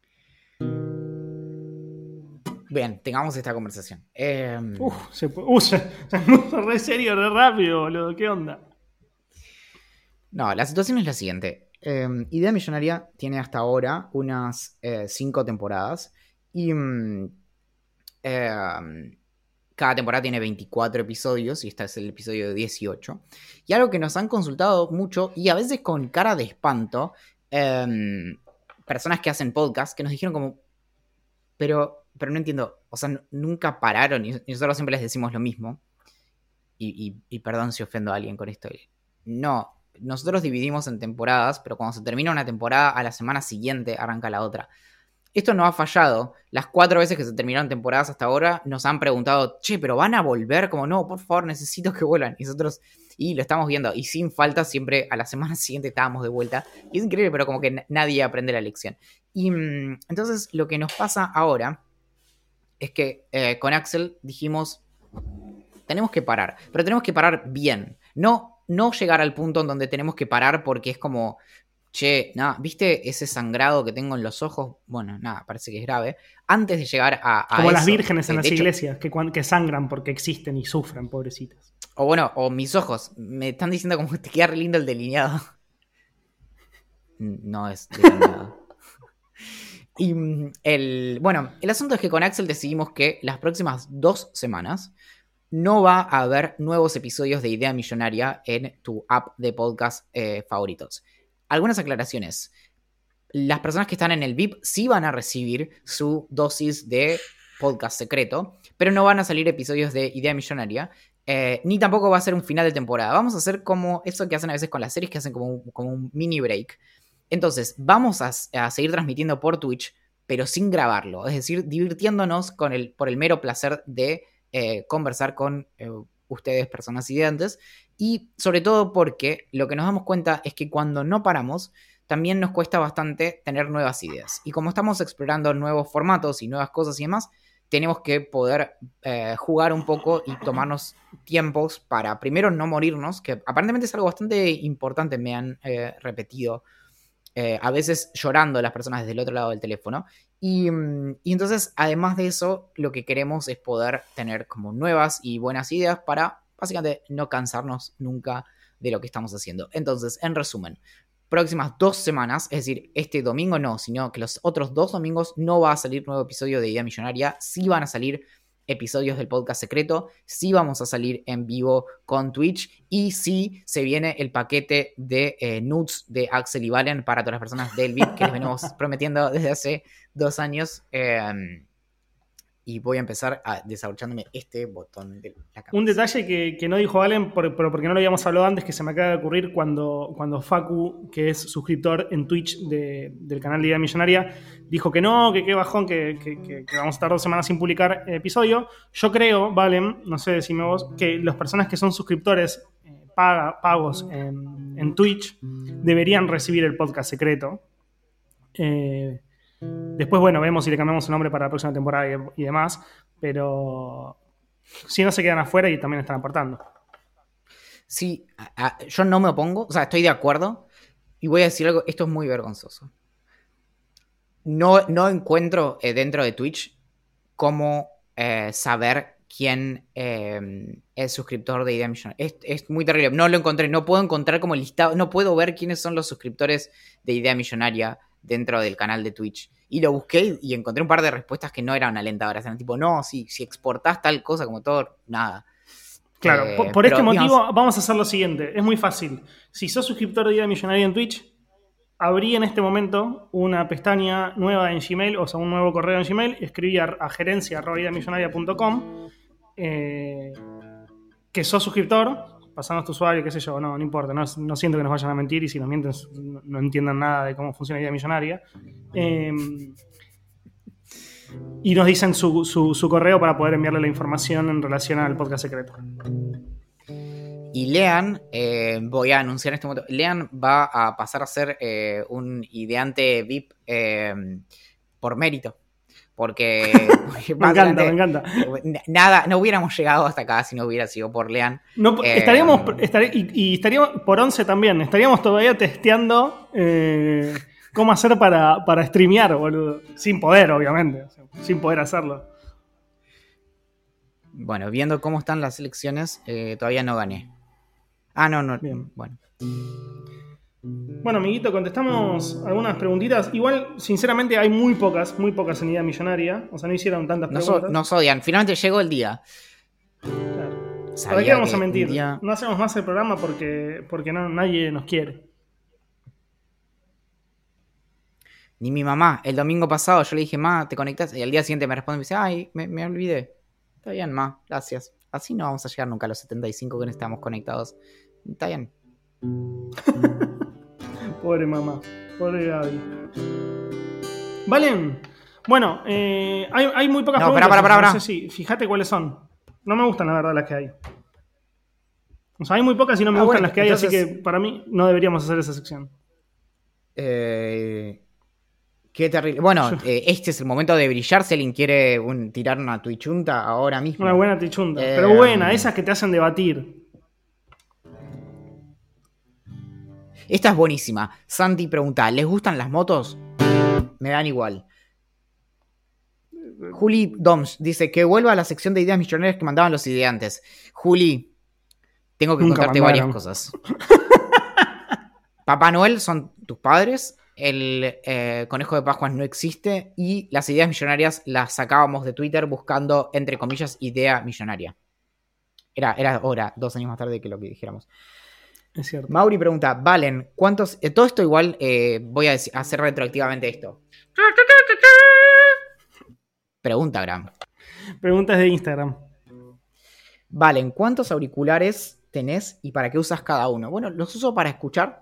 Bien, tengamos esta conversación. Eh, Uf, se, uh, se, se puso re serio, re rápido, boludo. ¿Qué onda? No, la situación es la siguiente. Eh, Idea Millonaria tiene hasta ahora unas eh, cinco temporadas y mm, eh, cada temporada tiene veinticuatro episodios y este es el episodio dieciocho. Y algo que nos han consultado mucho y a veces con cara de espanto, eh, personas que hacen podcast que nos dijeron como, pero... Pero no entiendo, o sea, nunca pararon y nosotros siempre les decimos lo mismo. Y, y, y perdón si ofendo a alguien con esto. No, nosotros dividimos en temporadas, pero cuando se termina una temporada, a la semana siguiente arranca la otra. Esto no ha fallado. Las cuatro veces que se terminaron temporadas hasta ahora nos han preguntado, che, pero ¿van a volver? Como, no, por favor, necesito que vuelvan. Y nosotros, y lo estamos viendo. Y sin falta, siempre a la semana siguiente estábamos de vuelta. Y es increíble, pero como que nadie aprende la lección. Y mmm, entonces lo que nos pasa ahora... es que eh, con Axel dijimos, tenemos que parar, pero tenemos que parar bien, no, no llegar al punto en donde tenemos que parar porque es como, che, nada, ¿viste ese sangrado que tengo en los ojos? Bueno, nada, parece que es grave. Antes de llegar a, a como eso, las vírgenes en las hecho, iglesias, que, que sangran porque existen y sufren, pobrecitas. O bueno, o mis ojos, me están diciendo como que te queda re lindo el delineado. no es de nada. Y el, bueno, el asunto es que con Axel decidimos que las próximas dos semanas no va a haber nuevos episodios de Idea Millonaria en tu app de podcast eh, favoritos. Algunas aclaraciones. Las personas que están en el V I P sí van a recibir su dosis de podcast secreto, pero no van a salir episodios de Idea Millonaria, eh, ni tampoco va a ser un final de temporada. Vamos a hacer como eso que hacen a veces con las series, que hacen como un, como un mini break. Entonces, vamos a, a seguir transmitiendo por Twitch, pero sin grabarlo. Es decir, divirtiéndonos con el, por el mero placer de eh, conversar con eh, ustedes, personas ideantes. Y sobre todo porque lo que nos damos cuenta es que cuando no paramos, también nos cuesta bastante tener nuevas ideas. Y como estamos explorando nuevos formatos y nuevas cosas y demás, tenemos que poder eh, jugar un poco y tomarnos tiempos para primero no morirnos, que aparentemente es algo bastante importante, me han eh, repetido. Eh, a veces llorando las personas desde el otro lado del teléfono. Y, y entonces, además de eso, lo que queremos es poder tener como nuevas y buenas ideas para, básicamente, no cansarnos nunca de lo que estamos haciendo. Entonces, en resumen, próximas dos semanas, es decir, este domingo no, sino que los otros dos domingos no va a salir nuevo episodio de Idea Millonaria, sí van a salir episodios del podcast secreto, sí vamos a salir en vivo con Twitch y sí se viene el paquete de eh, nudes de Axel y Valen para todas las personas del V I P que les venimos prometiendo desde hace dos años. Eh, y voy a empezar a desabrochándome este botón de la camisa. Un detalle que, que no dijo Valen, por, pero porque no lo habíamos hablado antes, que se me acaba de ocurrir cuando, cuando Facu, que es suscriptor en Twitch de, del canal de Idea Millonaria, dijo que no, que qué bajón, que, que, que, que vamos a estar dos semanas sin publicar episodio. Yo creo, Valen, no sé, decime vos, que las personas que son suscriptores eh, paga, pagos en, en Twitch deberían recibir el podcast secreto. Eh... Después, bueno, vemos si le cambiamos el nombre para la próxima temporada y, y demás, pero si no se quedan afuera y también están aportando. Sí, a, a, yo no me opongo, o sea, estoy de acuerdo y voy a decir algo, esto es muy vergonzoso. No, no encuentro eh, dentro de Twitch cómo eh, saber quién eh, es suscriptor de Idea Millonaria. Es, es muy terrible, no lo encontré, no puedo encontrar como listado, no puedo ver quiénes son los suscriptores de Idea Millonaria dentro del canal de Twitch. Y lo busqué y encontré un par de respuestas que no eran alentadoras. Eran tipo, no, si, si exportás tal cosa como todo, nada. Claro, eh, por, por pero, este motivo digamos, vamos a hacer lo siguiente. Es muy fácil. Si sos suscriptor de Idea Millonaria en Twitch, abrí en este momento una pestaña nueva en Gmail, o sea, un nuevo correo en Gmail, escribí a, a gerencia arroba idea millonaria punto com, eh, que sos suscriptor, pasanos tu usuario, qué sé yo, no, no importa, no, no siento que nos vayan a mentir y si nos mienten no, no entiendan nada de cómo funciona Idea Millonaria. Eh, y nos dicen su, su, su correo para poder enviarle la información en relación al podcast secreto. Y Lean, eh, voy a anunciar en este momento, Lean va a pasar a ser eh, un ideante V I P eh, por mérito. Porque, porque me encanta, me encanta. Nada, no hubiéramos llegado hasta acá si no hubiera sido por Lean. No, eh, estaríamos, estar, y, y estaríamos por once también, estaríamos todavía testeando eh, cómo hacer para, para streamear, boludo. Sin poder, obviamente, o sea, sin poder hacerlo. Bueno, viendo cómo están las elecciones, eh, todavía no gané. Ah, no, no. Bien. Bueno. Bueno, amiguito, contestamos algunas preguntitas. Igual, sinceramente, hay muy pocas, muy pocas en Idea Millonaria. O sea, no hicieron tantas Nos, preguntas. nos odian. Finalmente llegó el día. Claro. ¿Para qué vamos a mentir? Día... No hacemos más el programa porque, porque no, nadie nos quiere. Ni mi mamá. El domingo pasado yo le dije, ma, ¿te conectas? Y al día siguiente me responde y me dice, ay, me, me olvidé. Está bien, ma, gracias. Así no vamos a llegar nunca a los setenta y cinco que no estamos conectados. Está bien. Pobre mamá, pobre Gaby. Valen. Bueno, eh, hay, hay muy pocas no, preguntas. Pará, pará, pará. No sé si, fíjate cuáles son. No me gustan, la verdad, las que hay. O sea, hay muy pocas y no me ah, gustan bueno, las que hay, entonces... así que para mí no deberíamos hacer esa sección. Eh... Qué terrible. Bueno, eh, este es el momento de brillar. Si alguien quiere un, tirar una Twitchunta ahora mismo. Una buena Twitchunta. Eh, pero buena, esas que te hacen debatir. Esta es buenísima. Santi pregunta, ¿les gustan las motos? Me dan igual. Juli Doms dice que vuelva a la sección de ideas millonarias que mandaban los ideantes. Juli, tengo que Nunca contarte mandaron. varias cosas. Papá Noel son tus padres, el eh, conejo de Pascuas no existe y las ideas millonarias las sacábamos de Twitter buscando, entre comillas, idea millonaria. Era, era ahora, dos años más tarde que lo que dijéramos. Es cierto. Mauri pregunta, Valen, ¿cuántos...? Eh, todo esto igual, eh, voy a decir, hacer retroactivamente esto. Pregunta, Gram. Preguntas de Instagram. Valen, ¿cuántos auriculares tenés y para qué usas cada uno? Bueno, los uso para escuchar.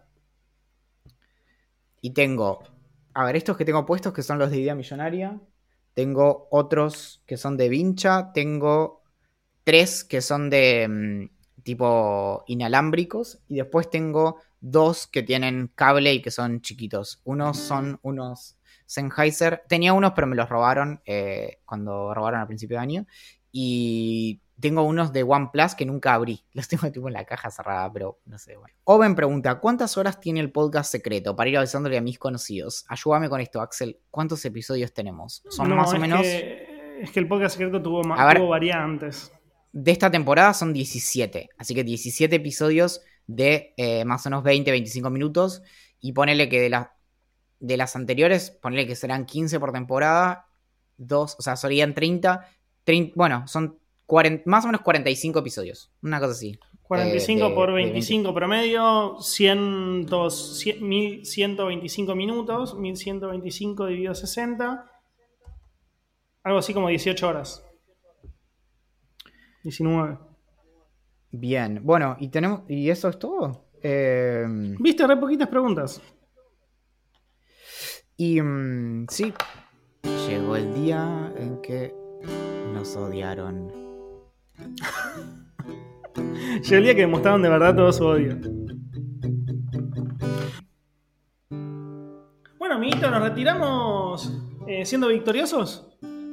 Y tengo, a ver, estos que tengo puestos que son los de Idea Millonaria. Tengo otros que son de Vincha. Tengo tres que son de mmm, tipo inalámbricos. Y después tengo dos que tienen cable y que son chiquitos. Unos son unos Sennheiser. Tenía unos, pero me los robaron eh, cuando robaron al principio de año. Y tengo unos de OnePlus que nunca abrí. Los tengo tipo en la caja cerrada, pero no sé. Bueno. Oven pregunta, ¿cuántas horas tiene el podcast secreto para ir avisándole a mis conocidos? Ayúdame con esto, Axel. ¿Cuántos episodios tenemos? Son No, más o es menos... Que, es que el podcast secreto tuvo, A más, ver, tuvo variantes. De esta temporada son diecisiete. Así que diecisiete episodios de eh, más o menos veinte, veinticinco minutos. Y ponele que de, la, de las anteriores, ponele que serán quince por temporada. Dos, o sea, serían treinta. treinta bueno, son cuarenta, más o menos cuarenta y cinco episodios. Una cosa así. cuarenta y cinco eh, de, por de veinticinco promedio, cien, mil ciento veinticinco minutos, mil ciento veinticinco dividido sesenta, algo así como dieciocho horas. diecinueve. Bien, bueno, y tenemos. ¿Y eso es todo? Eh, Viste, re poquitas preguntas. Y um, sí, llegó el día en que nos odiaron. Llegó el día que demostraron de verdad todo su odio. Bueno, amiguito, nos retiramos eh, siendo victoriosos.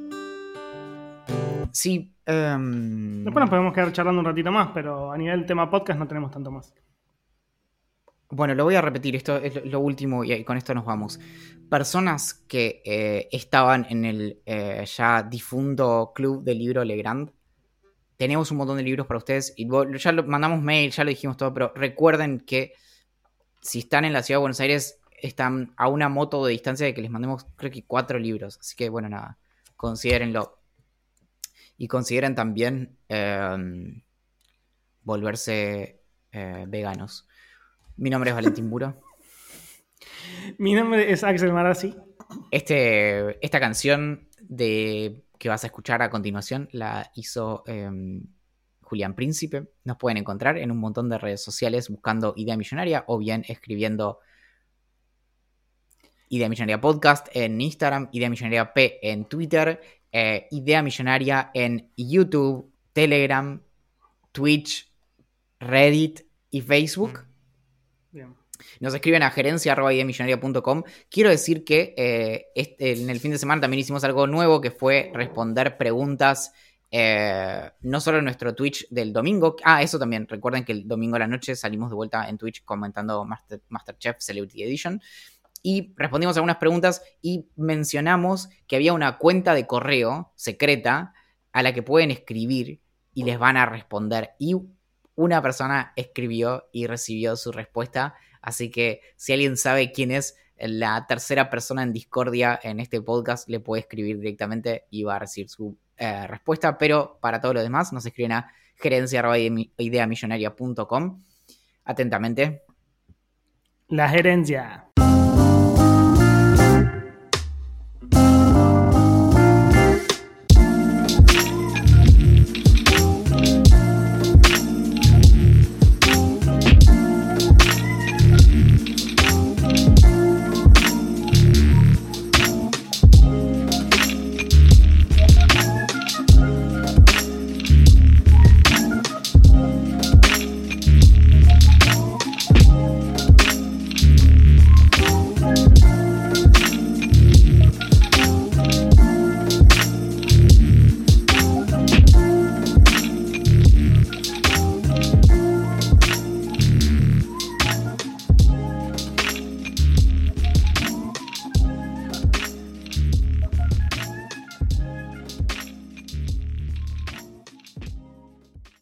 Sí. Um... Después nos podemos quedar charlando un ratito más, pero a nivel tema podcast no tenemos tanto más. Bueno, lo voy a repetir, esto es lo último y con esto nos vamos. Personas que eh, estaban en el eh, ya difunto Club del Libro Legrand, tenemos un montón de libros para ustedes y ya lo, mandamos mail, ya lo dijimos todo, pero recuerden que si están en la ciudad de Buenos Aires, están a una moto de distancia de que les mandemos creo que cuatro libros. Así que bueno, nada, considérenlo. Y consideren también eh, volverse eh, veganos. Mi nombre es Valentín Buro. Mi nombre es Axel Marazzi. Este, esta canción de, que vas a escuchar a continuación la hizo eh, Julián Príncipe. Nos pueden encontrar en un montón de redes sociales buscando Idea Millonaria o bien escribiendo Idea Millonaria Podcast en Instagram, Idea Millonaria P en Twitter, eh, Idea Millonaria en YouTube, Telegram, Twitch, Reddit y Facebook. Bien. Nos escriben a gerencia arroba idea millonaria punto com. Quiero decir que eh, este, en el fin de semana también hicimos algo nuevo que fue responder preguntas eh, no solo en nuestro Twitch del domingo. Ah, eso también. Recuerden que el domingo a la noche salimos de vuelta en Twitch comentando Master, MasterChef Celebrity Edition. Y respondimos algunas preguntas y mencionamos que había una cuenta de correo secreta a la que pueden escribir y les van a responder. Y una persona escribió y recibió su respuesta. Así que si alguien sabe quién es la tercera persona en discordia en este podcast, le puede escribir directamente y va a recibir su eh, respuesta. Pero para todo lo demás, nos escriben a gerencia arroba idea millonaria punto com. Atentamente. La gerencia.